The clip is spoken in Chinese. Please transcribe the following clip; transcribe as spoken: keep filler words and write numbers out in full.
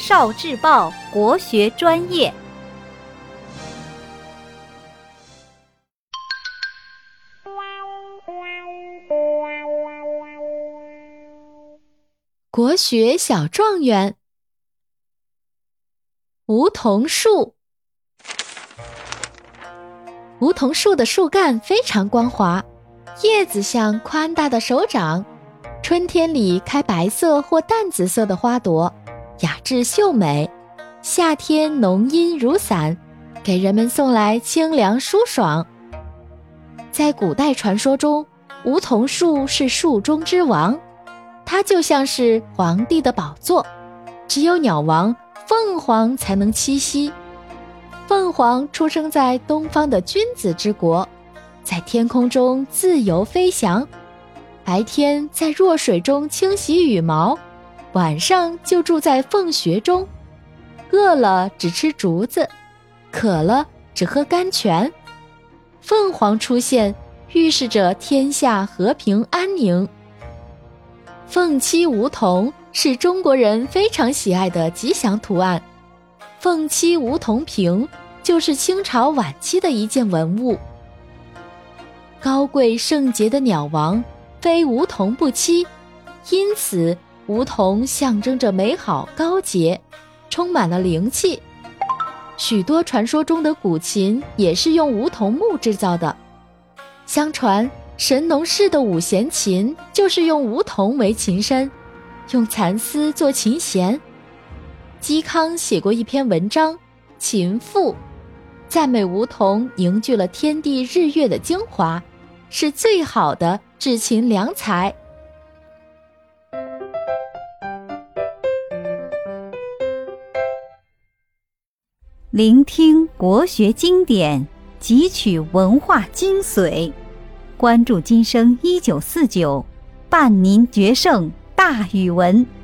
少智报国学专业。 国学小状元。梧桐树。梧桐树的树干非常光滑，叶子像宽大的手掌，春天里开白色或淡紫色的花朵，雅致秀美，夏天浓荫如伞，给人们送来清凉舒爽。在古代传说中，梧桐树是树中之王，它就像是皇帝的宝座，只有鸟王凤凰才能栖息。凤凰出生在东方的君子之国，在天空中自由飞翔，白天在弱水中清洗羽毛，晚上就住在凤穴中，饿了只吃竹子，渴了只喝甘泉。凤凰出现，预示着天下和平安宁。凤栖梧桐是中国人非常喜爱的吉祥图案，凤栖梧桐瓶就是清朝晚期的一件文物。高贵圣洁的鸟王非梧桐不栖，因此梧桐象征着美好高洁，充满了灵气。许多传说中的古琴也是用梧桐木制造的，相传神农氏的五弦琴就是用梧桐为琴身，用蚕丝做琴弦。嵇康写过一篇文章《琴赋》，赞美梧桐凝聚了天地日月的精华，是最好的制琴良材。 聆听国学经典，汲取文化精髓，关注今生一九四九，伴您决胜大语文。